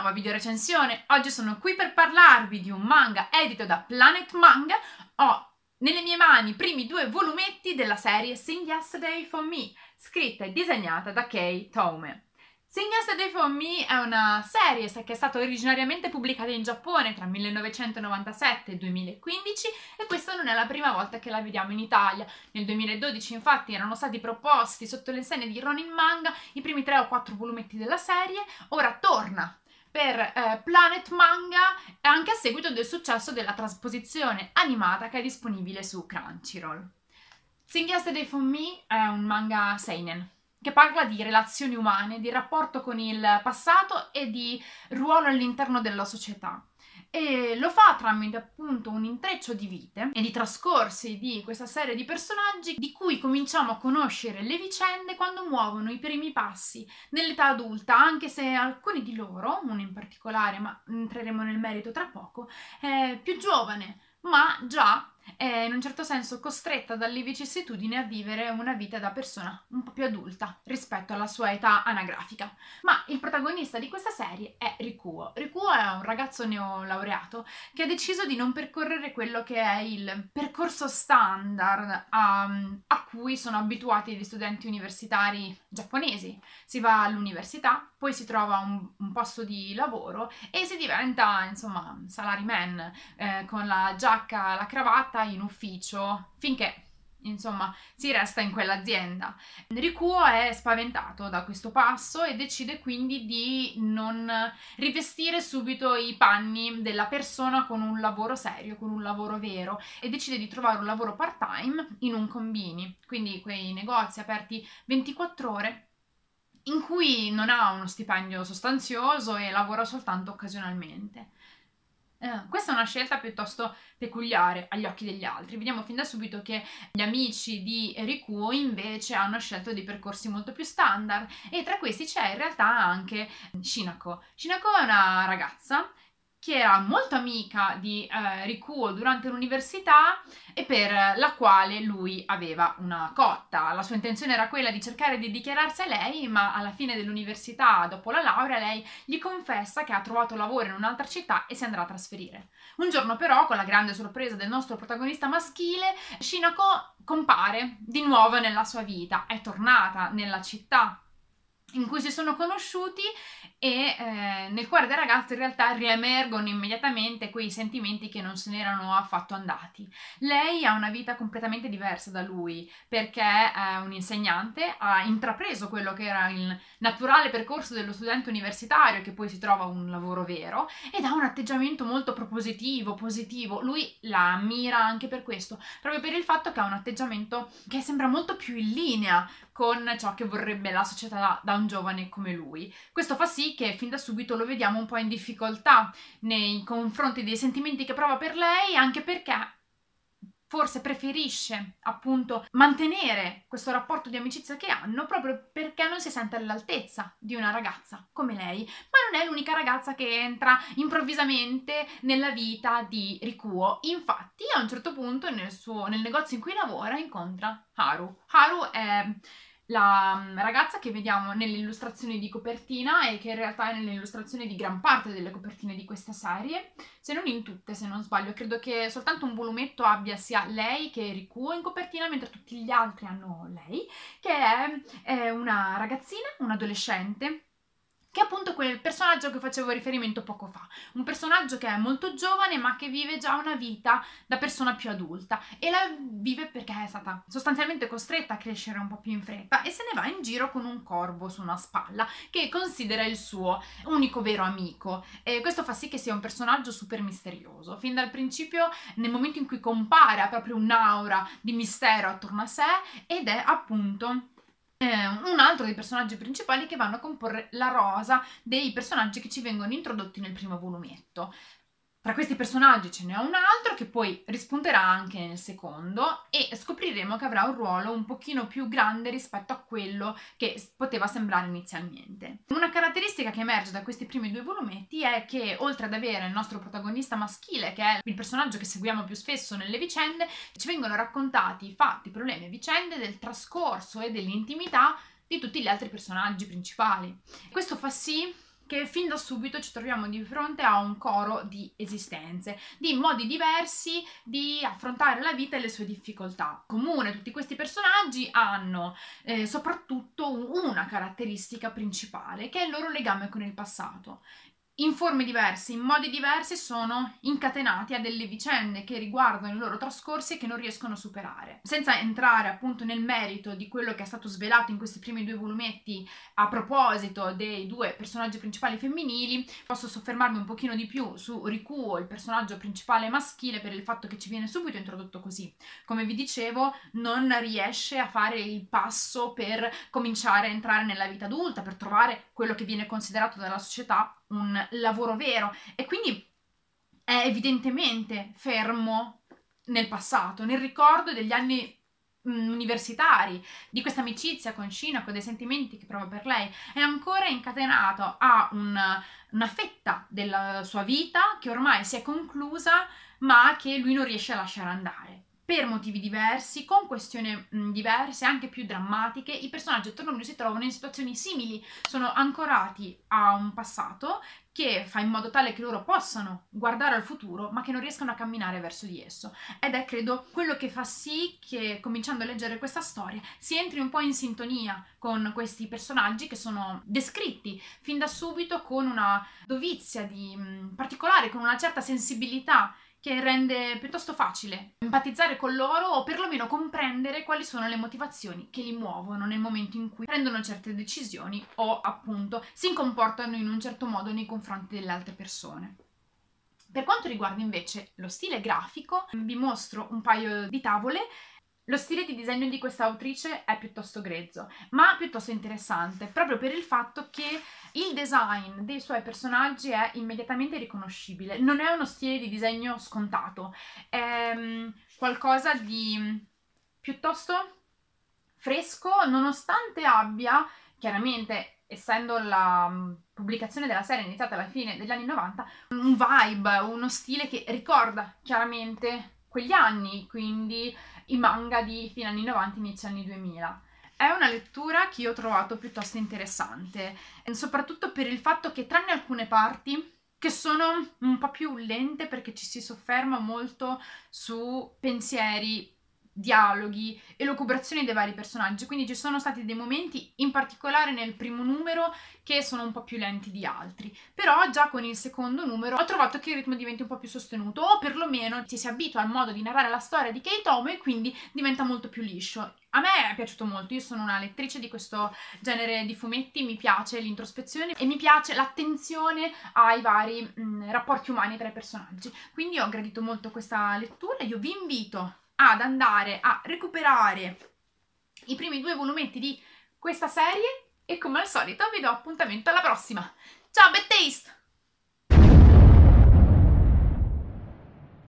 nuova video recensione. Oggi sono qui per parlarvi di un manga edito da Planet Manga. Ho nelle mie mani i primi 2 volumetti della serie Sing Yesterday for Me, scritta e disegnata da Kei Toume. Sing Yesterday for Me è una serie che è stata originariamente pubblicata in Giappone tra 1997 e 2015 e questa non è la prima volta che la vediamo in Italia. Nel 2012 infatti erano stati proposti sotto le insegna di Ronin Manga i primi 3 o 4 volumetti della serie, ora torna per Planet Manga anche a seguito del successo della trasposizione animata che è disponibile su Crunchyroll. Sing Yesterday for Me è un manga seinen che parla di relazioni umane, di rapporto con il passato e di ruolo all'interno della società. E lo fa tramite appunto un intreccio di vite e di trascorsi di questa serie di personaggi di cui cominciamo a conoscere le vicende quando muovono i primi passi nell'età adulta, anche se alcuni di loro, uno in particolare, ma entreremo nel merito tra poco, è più giovane, ma già è in un certo senso costretta dalle vicissitudini a vivere una vita da persona un po' più adulta rispetto alla sua età anagrafica. Ma il protagonista di questa serie è Rikuo. Rikuo è un ragazzo neolaureato che ha deciso di non percorrere quello che è il percorso standard a cui sono abituati gli studenti universitari giapponesi. Si va all'università, poi si trova un posto di lavoro e si diventa, insomma, salaryman, con la giacca, la cravatta in ufficio finché insomma si resta in quell'azienda. Rikuo è spaventato da questo passo e decide quindi di non rivestire subito i panni della persona con un lavoro serio, con un lavoro vero, e decide di trovare un lavoro part-time in un combini, quindi quei negozi aperti 24 ore in cui non ha uno stipendio sostanzioso e lavora soltanto occasionalmente. Questa è una scelta piuttosto peculiare agli occhi degli altri. Vediamo fin da subito che gli amici di Rikuo invece hanno scelto dei percorsi molto più standard e tra questi c'è in realtà anche Shinako. Shinako è una ragazza che era molto amica di Rikuo durante l'università e per la quale lui aveva una cotta. La sua intenzione era quella di cercare di dichiararsi a lei, ma alla fine dell'università, dopo la laurea, lei gli confessa che ha trovato lavoro in un'altra città e si andrà a trasferire. Un giorno però, con la grande sorpresa del nostro protagonista maschile, Shinako compare di nuovo nella sua vita. È tornata nella città in cui si sono conosciuti e nel cuore del ragazzo in realtà riemergono immediatamente quei sentimenti che non se n'erano affatto andati. Lei ha una vita completamente diversa da lui perché è un insegnante, ha intrapreso quello che era il naturale percorso dello studente universitario che poi si trova un lavoro vero ed ha un atteggiamento molto propositivo, positivo. Lui la ammira anche per questo, proprio per il fatto che ha un atteggiamento che sembra molto più in linea con ciò che vorrebbe la società da un giovane come lui. Questo fa sì che fin da subito lo vediamo un po' in difficoltà nei confronti dei sentimenti che prova per lei, anche perché forse preferisce appunto mantenere questo rapporto di amicizia che hanno proprio perché non si sente all'altezza di una ragazza come lei, ma non è l'unica ragazza che entra improvvisamente nella vita di Rikuo. Infatti a un certo punto nel negozio in cui lavora incontra Haru. Haru è la ragazza che vediamo nelle illustrazioni di copertina e che in realtà è nelle illustrazioni di gran parte delle copertine di questa serie, se non in tutte, se non sbaglio. Credo che soltanto un volumetto abbia sia lei che Rikuo in copertina, mentre tutti gli altri hanno lei, che è una ragazzina, un adolescente, che è appunto quel personaggio che facevo riferimento poco fa, un personaggio che è molto giovane ma che vive già una vita da persona più adulta e la vive perché è stata sostanzialmente costretta a crescere un po' più in fretta e se ne va in giro con un corvo su una spalla che considera il suo unico vero amico, e questo fa sì che sia un personaggio super misterioso. Fin dal principio, nel momento in cui compare, ha proprio un'aura di mistero attorno a sé ed è appunto un altro dei personaggi principali che vanno a comporre la rosa dei personaggi che ci vengono introdotti nel primo volumetto. Tra questi personaggi ce n'è un altro che poi rispunterà anche nel secondo e scopriremo che avrà un ruolo un pochino più grande rispetto a quello che poteva sembrare inizialmente. Una caratteristica che emerge da questi primi 2 volumetti è che oltre ad avere il nostro protagonista maschile, che è il personaggio che seguiamo più spesso nelle vicende, ci vengono raccontati i fatti, problemi e vicende del trascorso e dell'intimità di tutti gli altri personaggi principali. Questo fa sì che fin da subito ci troviamo di fronte a un coro di esistenze, di modi diversi di affrontare la vita e le sue difficoltà. Comune, tutti questi personaggi hanno soprattutto una caratteristica principale, che è il loro legame con il passato. In forme diverse, in modi diversi, sono incatenati a delle vicende che riguardano i loro trascorsi e che non riescono a superare. Senza entrare appunto nel merito di quello che è stato svelato in questi primi 2 volumetti a proposito dei 2 personaggi principali femminili, posso soffermarmi un pochino di più su Rikuo, il personaggio principale maschile, per il fatto che ci viene subito introdotto così. Come vi dicevo, non riesce a fare il passo per cominciare a entrare nella vita adulta, per trovare quello che viene considerato dalla società un lavoro vero, e quindi è evidentemente fermo nel passato, nel ricordo degli anni universitari, di questa amicizia con Shinako, dei sentimenti che prova per lei. È ancora incatenato a una fetta della sua vita che ormai si è conclusa, ma che lui non riesce a lasciare andare. Per motivi diversi, con questioni diverse, anche più drammatiche, i personaggi attorno a lui si trovano in situazioni simili, sono ancorati a un passato che fa in modo tale che loro possano guardare al futuro, ma che non riescano a camminare verso di esso. Ed è, credo, quello che fa sì che, cominciando a leggere questa storia, si entri un po' in sintonia con questi personaggi che sono descritti fin da subito con una dovizia di particolare, con una certa sensibilità che rende piuttosto facile empatizzare con loro, o perlomeno comprendere quali sono le motivazioni che li muovono nel momento in cui prendono certe decisioni o appunto si comportano in un certo modo nei confronti delle altre persone. Per quanto riguarda invece lo stile grafico, vi mostro un paio di tavole. Lo stile di disegno di questa autrice è piuttosto grezzo, ma piuttosto interessante, proprio per il fatto che il design dei suoi personaggi è immediatamente riconoscibile. Non è uno stile di disegno scontato, è qualcosa di piuttosto fresco, nonostante abbia, chiaramente, essendo la pubblicazione della serie iniziata alla fine degli anni 90, un vibe, uno stile che ricorda chiaramente quegli anni, quindi i manga di fine anni 90, inizio anni 2000. È una lettura che io ho trovato piuttosto interessante, soprattutto per il fatto che, tranne alcune parti che sono un po' più lente perché ci si sofferma molto su pensieri, dialoghi e lucubrazioni dei vari personaggi, quindi ci sono stati dei momenti, in particolare nel primo numero, che sono un po' più lenti di altri, però già con il secondo numero ho trovato che il ritmo diventi un po' più sostenuto, o perlomeno ci si abitua al modo di narrare la storia di Kei Tomo e quindi diventa molto più liscio. A me è piaciuto molto, io sono una lettrice di questo genere di fumetti, mi piace l'introspezione e mi piace l'attenzione ai vari rapporti umani tra i personaggi, quindi ho gradito molto questa lettura. Io vi invito ad andare a recuperare i primi 2 volumetti di questa serie e, come al solito, vi do appuntamento alla prossima. Ciao, bad taste!